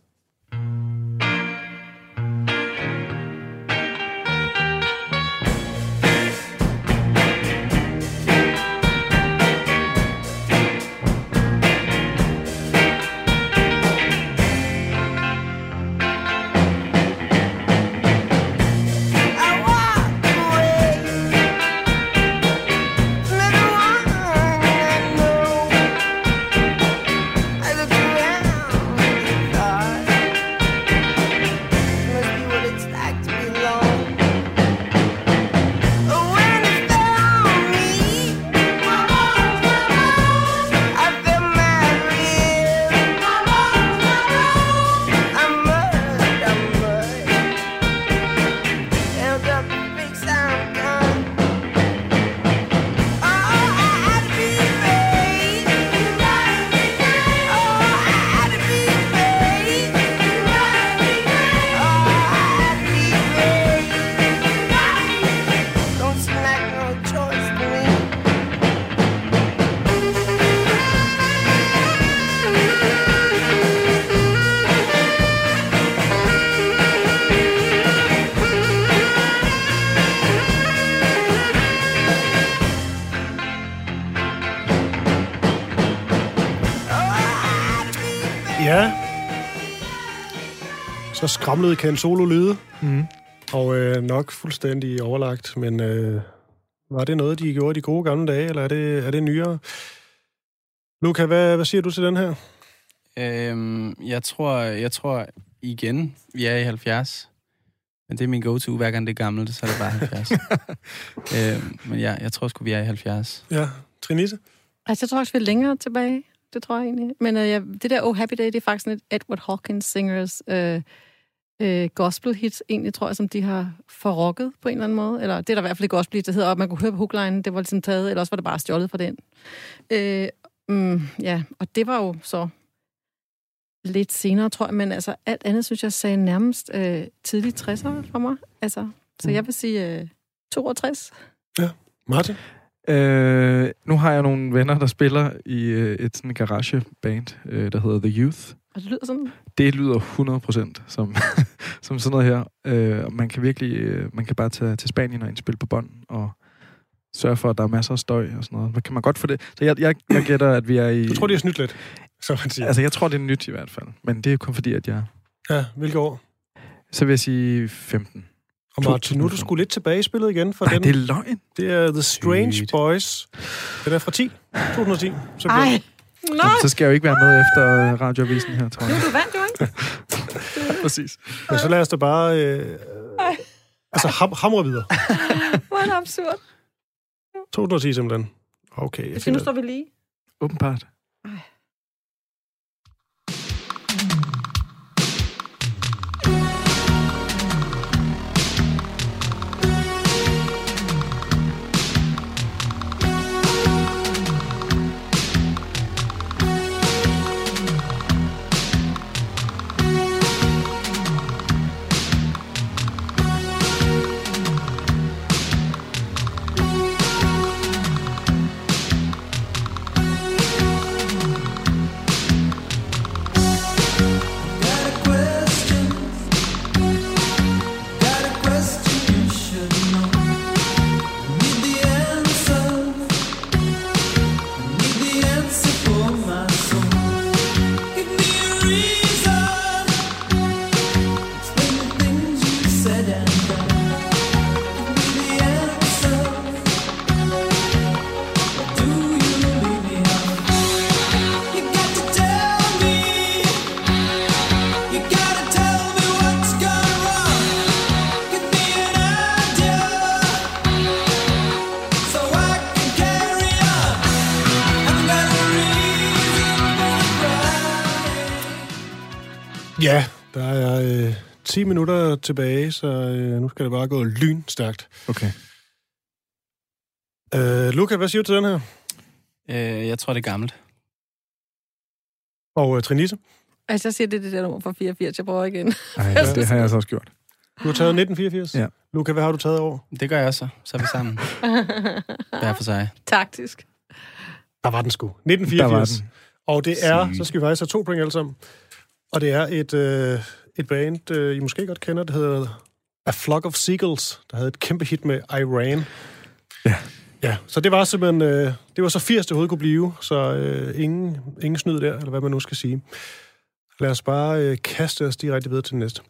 Ja. Så skramlede kan Solo lyde. Mm. Og øh, nok fuldstændig overlagt, men øh, var det noget, de gjorde i de gode gamle dage, eller er det, er det nyere? Luca, hvad, hvad siger du til den her? Øhm, jeg tror, jeg tror igen, vi er i halvfjerds. Men det er min go-to. Hver gang det er gammelt, så er det bare halvfjerds. øhm, men ja, jeg tror sgu, vi er i halvfjerds. Ja, Trinise? Altså, jeg tror også, vi er længere tilbage. Det tror jeg egentlig. Men øh, det der Oh Happy Day, det er faktisk et Edward Hawkins Singers øh, øh, gospel-hit, egentlig, tror jeg, som de har forrocket på en eller anden måde. Eller det er der i hvert fald et gospel-hit, der hedder, og man kunne høre på hooklinen, det var ligesom taget, eller også var det bare stjålet fra den. Øh, mm, ja, og det var jo så lidt senere, tror jeg, men altså alt andet, synes jeg, sagde nærmest øh, tidlige tressere for mig. Altså, så jeg vil sige øh, toogtres. Ja, Martin? Øh, nu har jeg nogle venner, der spiller i øh, et sådan garageband, øh, der hedder The Youth. Og det lyder sådan? Det lyder hundrede procent som, som sådan noget her. Øh, man kan virkelig, øh, man kan bare tage til Spanien og indspille på bånd, og sørge for, at der er masser af støj og sådan noget. Hvad kan man godt få det? Så jeg, jeg, jeg gætter, at vi er i... Du tror, det er snydt lidt, som man siger? Altså, jeg tror, det er nyt i hvert fald. Men det er kun fordi, at jeg... Ja, hvilke år? Så vil jeg sige femten. Og Martin, nu er du sgu lidt tilbage i spillet igen. For Ej, den. det er løgn. Det er The Strange Sygt. Boys. Den er fra ti. to tusind og ti. Så Ej, Nå. Så skal jeg jo ikke være med efter radioavisen her, tror jeg. Nu er du vandt jo, ikke? Ja, præcis. Men så lad os da bare... Øh, altså, ham, hamre videre. Hvor er det absurd. to tusind og ti simpelthen. Okay. Jeg Så nu står vi lige. Åbenbart. Ej. Ja, der er øh, ti minutter tilbage, så øh, nu skal det bare gå lynstærkt. Okay. Øh, Luca, hvad siger du til den her? Øh, jeg tror, det er gammelt. Og øh, Trinise? Altså, jeg siger, det er det der nummer fra fireogfirs. Jeg prøver igen. Ej, det har jeg så også gjort. Du har taget nitten fireogfirs? Ja. Luca, hvad har du taget over? Det gør jeg også, så er vi sammen. Hver for sig. Taktisk. Der var den sgu. nitten fireogfirs. Der var den. Og det er, så skal vi faktisk have to point alle sammen. Og det er et, øh, et band, øh, I måske godt kender, der hedder A Flock of Seagulls, der havde et kæmpe hit med Iran. Ja. Ja, så det var simpelthen, øh, det var så firs, det overhovedet kunne blive, så øh, ingen, ingen snyd der, eller hvad man nu skal sige. Lad os bare øh, kaste os direkte videre til den næste.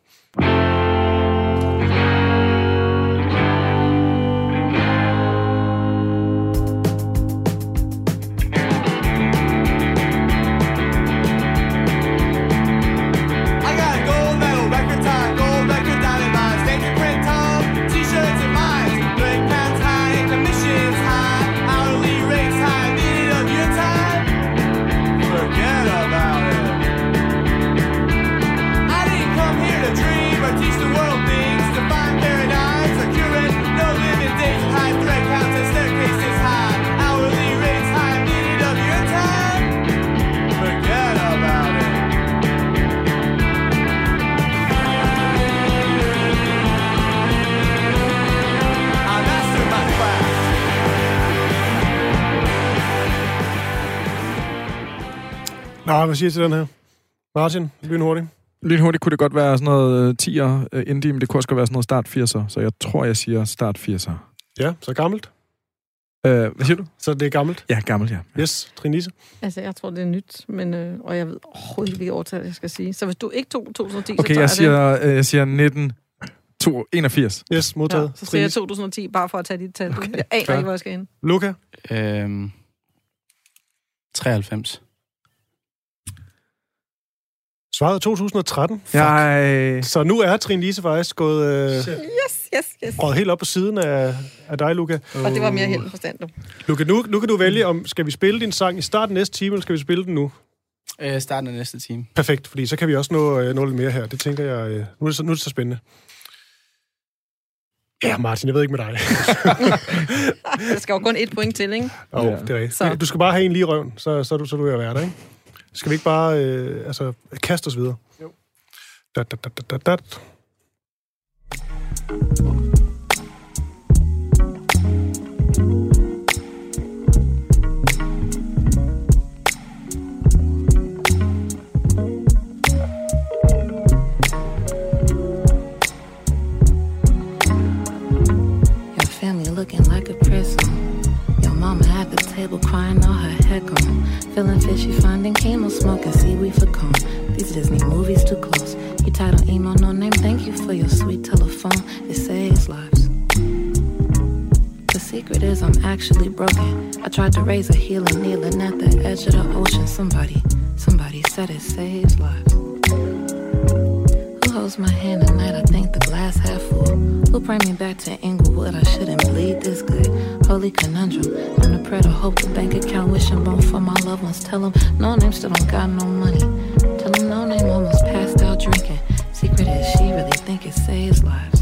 Nå, hvad siger du til den her? Martin, lynhurtigt. Lynhurtigt kunne det godt være sådan noget tier uh, indie, men det kunne også godt være sådan noget start firser, så jeg tror, jeg siger start firser. Ja, så gammelt. Øh, hvad siger du? Så det er gammelt? Ja, gammelt, ja. Yes, Trine Lise? Altså, jeg tror, det er nyt, men, øh, og jeg ved overhovedet ikke, hvilket årtal jeg skal sige. Så hvis du ikke tog to tusind og ti, okay, så jeg tager siger, jeg det. øh, jeg siger nitten enogfirs. Yes, modtaget. Ja, så siger jeg to tusind og ti, bare for at tage dit tal. Okay. Jeg aner Klar. ikke, hvor jeg skal hen. Luca? Øhm, treoghalvfems. Svaret to tusind og tretten. Jeg... Så nu er Trine Lise faktisk gået øh, Yes, yes, yes. røget helt op på siden af, af dig, Luca. Og det var mere held forstand, du. Luca, nu, nu kan du vælge, om skal vi spille din sang i starten næste time, eller skal vi spille den nu? Øh, starten af næste time. Perfekt, fordi så kan vi også nå, øh, nå lidt mere her. Det tænker jeg... Øh, nu, er det så, nu er det så spændende. Ja, Martin, jeg ved ikke med dig. Der skal jo kun et point til, ikke? Åh, oh, det er rigtigt. Du skal bare have en lige i røven, så, så, er du, så er du ved at være der, ikke? Skal vi ikke bare øh, altså, kaste os videre? Jo. Da, da, da, da, da. Your family looking like a prison. Your mama at the table crying all her head gone. Feeling fishy, finding chemo, smoking seaweed for calm. These Disney movies too close. You tied on emo, no name, thank you for your sweet telephone. It saves lives. The secret is I'm actually broken. I tried to raise a healing, kneeling at the edge of the ocean. Somebody, somebody said it saves lives. Who holds my hand at night? I think the glass half full. Who bring me back to Inglewood? I shouldn't bleed this good. Holy conundrum. I'm the prayer to hope the bank account wishing bone for my loved ones. Tell them no name still don't got no money. Tell them no name almost passed out drinking. Secret is she really think it saves lives.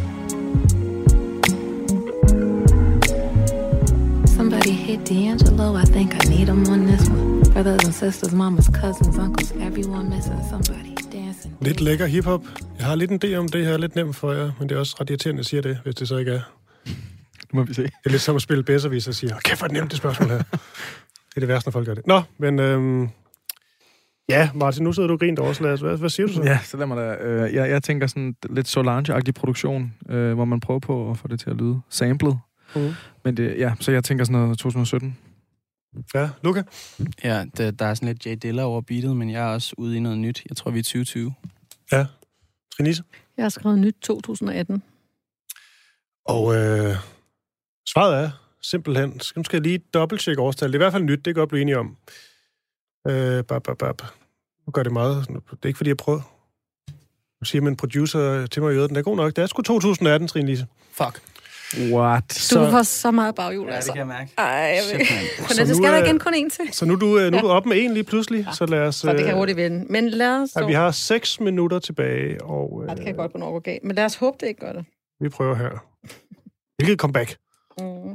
Somebody hit D'Angelo, I think I need him on this one. Brothers and sisters, mamas, cousins, uncles, everyone missing somebody dancing. Lidt lækker hiphop. Jeg har lidt en idé om det her, lidt nemt for jer, men det er også ret irriterende at sige det, hvis det så ikke er. Nu må vi se. Det er lidt som at spille bedservis og sige, kæft, hvor nemt det spørgsmål her. Det er det værste, når folk gør det. Nå, men øhm, ja, Martin, nu sidder du og griner over, så lad os, hvad, hvad siger du så? Ja, så lad mig da. Øh, jeg, jeg tænker sådan lidt Solange-agtig produktion, øh, hvor man prøver på at få det til at lyde samlet. Mm. Men det, ja, så jeg tænker sådan noget to tusind og sytten. Ja, Luca? Ja, der, der er sådan lidt Jay Dilla over beatet, men jeg er også ude i noget nyt. Jeg tror, vi er tyve tyve. Ja. Trinise? Jeg har skrevet nyt to tusind og atten. Og øh, svaret er simpelthen, nu skal jeg lige dobbelttjekke årstallet. Det er i hvert fald nyt, det kan godt blive enige om. Øh, bap, bap, bap. Nu gør det meget. Det er ikke, fordi jeg prøver. Nu siger man producer til mig i øret, den er god nok. Det er sgu to tusind og atten, Trine Lise. Fuck. What? Du så... får så meget baghjul, ja, altså. det kan jeg mærke. Ej, jeg ved ikke. Så det skal der igen kun en til. Så nu er du, nu er du oppe med en lige pludselig, ja. Så lad os... Så det kan hurtigt vende. Men lad os... Ja, vi har seks minutter tilbage, og... Ja, det kan godt gå nok gå galt. Men lad os håbe, det ikke gør det. Vi prøver her. Hvilket comeback. Mm.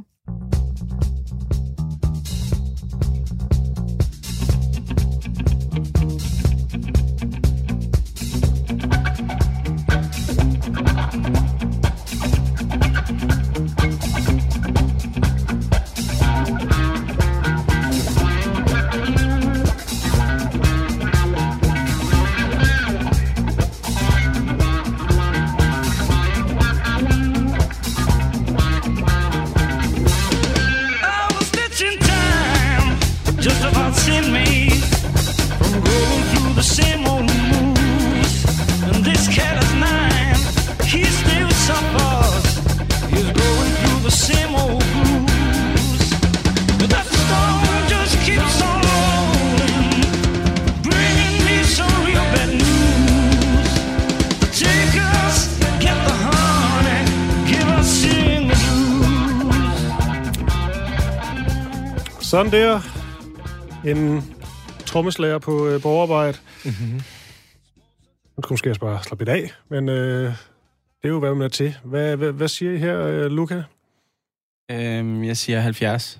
Sådan der. En trommeslager på øh, borgerarbejde. Mm-hmm. Nu skal måske bare slappe lidt af, men øh, det er jo, hvad man er til. Hvad, hvad, hvad siger I her, øh, Luca? Øhm, jeg siger halvfjerds.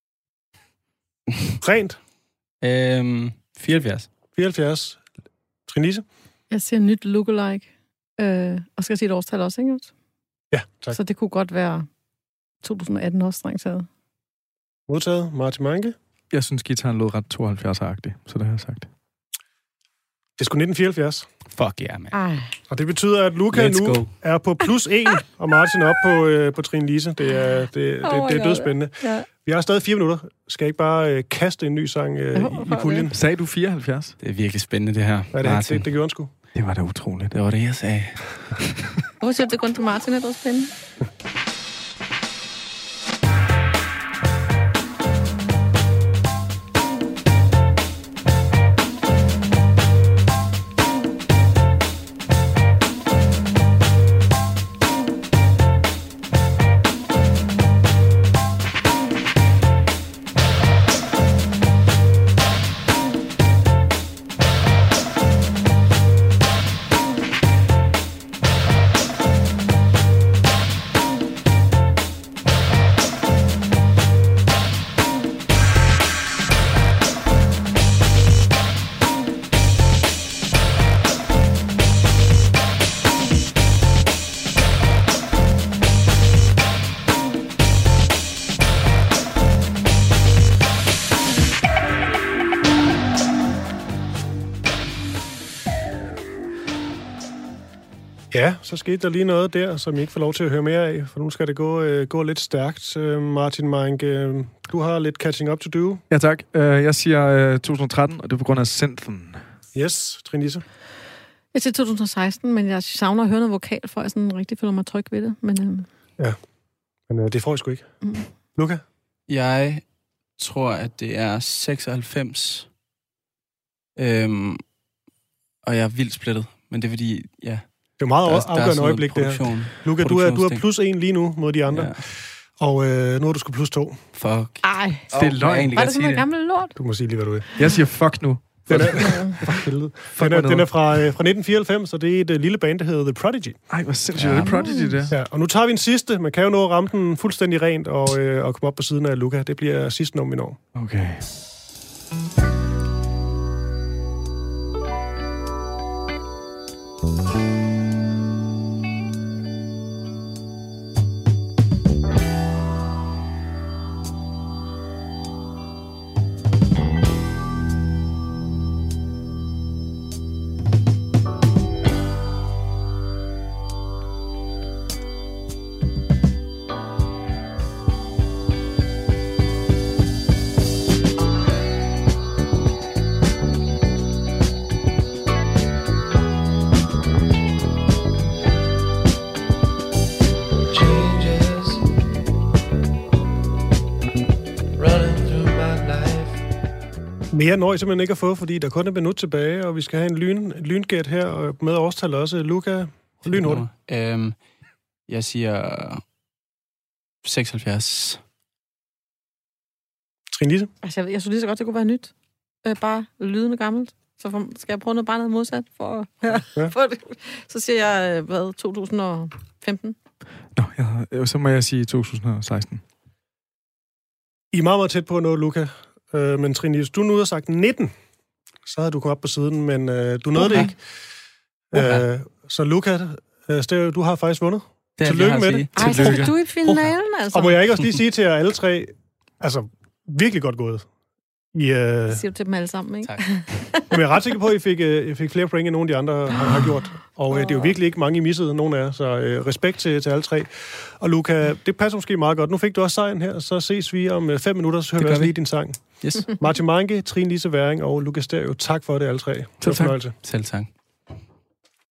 Rent? Øhm, fireoghalvfjerds. fireoghalvfjerds. Trinise? Jeg siger nyt lookalike. Øh, og skal jeg sige et årstal også, ikke? Ja, tak. Så det kunne godt være to tusind og atten også, strengt taget. Modtaget. Martin Manke? Jeg synes, gitaren lød ret tooghalvfjerds-agtig, så det har jeg sagt. Det er sgu nitten fireoghalvfjerds. Fuck ja, yeah, man. Og det betyder, at Luca Let's nu go. er på plus en, og Martin op på, øh, på Trine Lise. Det er, det, det, det, det er dødspændende. Ja. Vi har stadig fire minutter. Skal jeg ikke bare øh, kaste en ny sang øh, i, i puljen? Sagde du fireoghalvfjerds? Det er virkelig spændende, det her. Ja, det, Martin. det, det gjorde han sgu. Det var da utroligt. Det var det, jeg sagde. Hvorfor siger du det kun til Martin, at det var spændende? Ja, så skete der lige noget der, som I ikke får lov til at høre mere af, for nu skal det gå, øh, gå lidt stærkt. Øh, Martin Meink, øh, du har lidt catching up to do. Ja, tak. Uh, jeg siger uh, to tusind og tretten, og det er på grund af synthen. Yes, Trine Lise. Jeg siger to tusind og seksten, men jeg savner at høre noget vokal, for jeg sådan rigtig føler mig tryg ved det. Men, øh... Ja, men øh, det får jeg sgu ikke. Mm. Luca? Jeg tror, at det er seksoghalvfems. Øhm, og jeg er vildt splittet, men det er fordi, ja... Det er meget der, afgørende øjeblik, det her. Luca, du er, du er plus en lige nu mod de andre. Ja. Og øh, nu er du sgu plus to. Fuck. Ej. Det er løgn. Var det sådan noget gammel lort? Du må sige lige, hvad du vil. Jeg siger fuck nu. Den er, fuck den er, den er fra, øh, fra nitten fireoghalvfems, og det er et øh, lille band, der hedder The Prodigy. Ej, hvor sindssygt. Ja. Det er Prodigy, det. Ja, og nu tager vi en sidste. Man kan jo nå at ramme den fuldstændig rent og, øh, og komme op på siden af Luca. Det bliver sidste nummer, vi når. Okay. Mere når jeg simpelthen ikke at få, fordi der kun er et minut tilbage, og vi skal have en lyn, lyngæt her, og med årstal også. Luca, lynhurtigt. Øhm, jeg siger seksoghalvfjerds. Trine Lise? Altså, jeg, jeg synes lige så godt, det kunne være nyt. Øh, bare lydende gammelt. Så for, skal jeg prøve noget bare noget modsat? For, ja, ja. For det. Så siger jeg, hvad, to tusind og femten? Nå, jeg, så må jeg sige to tusind og seksten. I er meget, meget tæt på noget, Luca. Øh, men Trine Lise, du nu har sagt nitten. Så havde du kommet op på siden, men øh, du nåede okay. det ikke. Okay. Øh, så Luca, øh, Stereo, du har faktisk vundet. Det Tillykke med det. Ej, så er du i finalen, altså. Og må jeg ikke også lige sige til jer alle tre, altså virkelig godt gået. I, øh... Det siger du til dem alle sammen, ikke? Tak. Men jeg er ret sikker på, at I fik, øh, I fik flere point, end nogle af de andre har, har gjort. Og øh, det er jo virkelig ikke mange, I missede, nogen af jer. Så øh, respekt til, til alle tre. Og Luca, det passer måske meget godt. Nu fik du også sejren her, så ses vi om øh, fem minutter, så hører vi også lige din sang. Yes. Martin Meink, Trine Lise Væring og Luca Stereo. Tak for det, alle tre. Selv tak. Selv tak.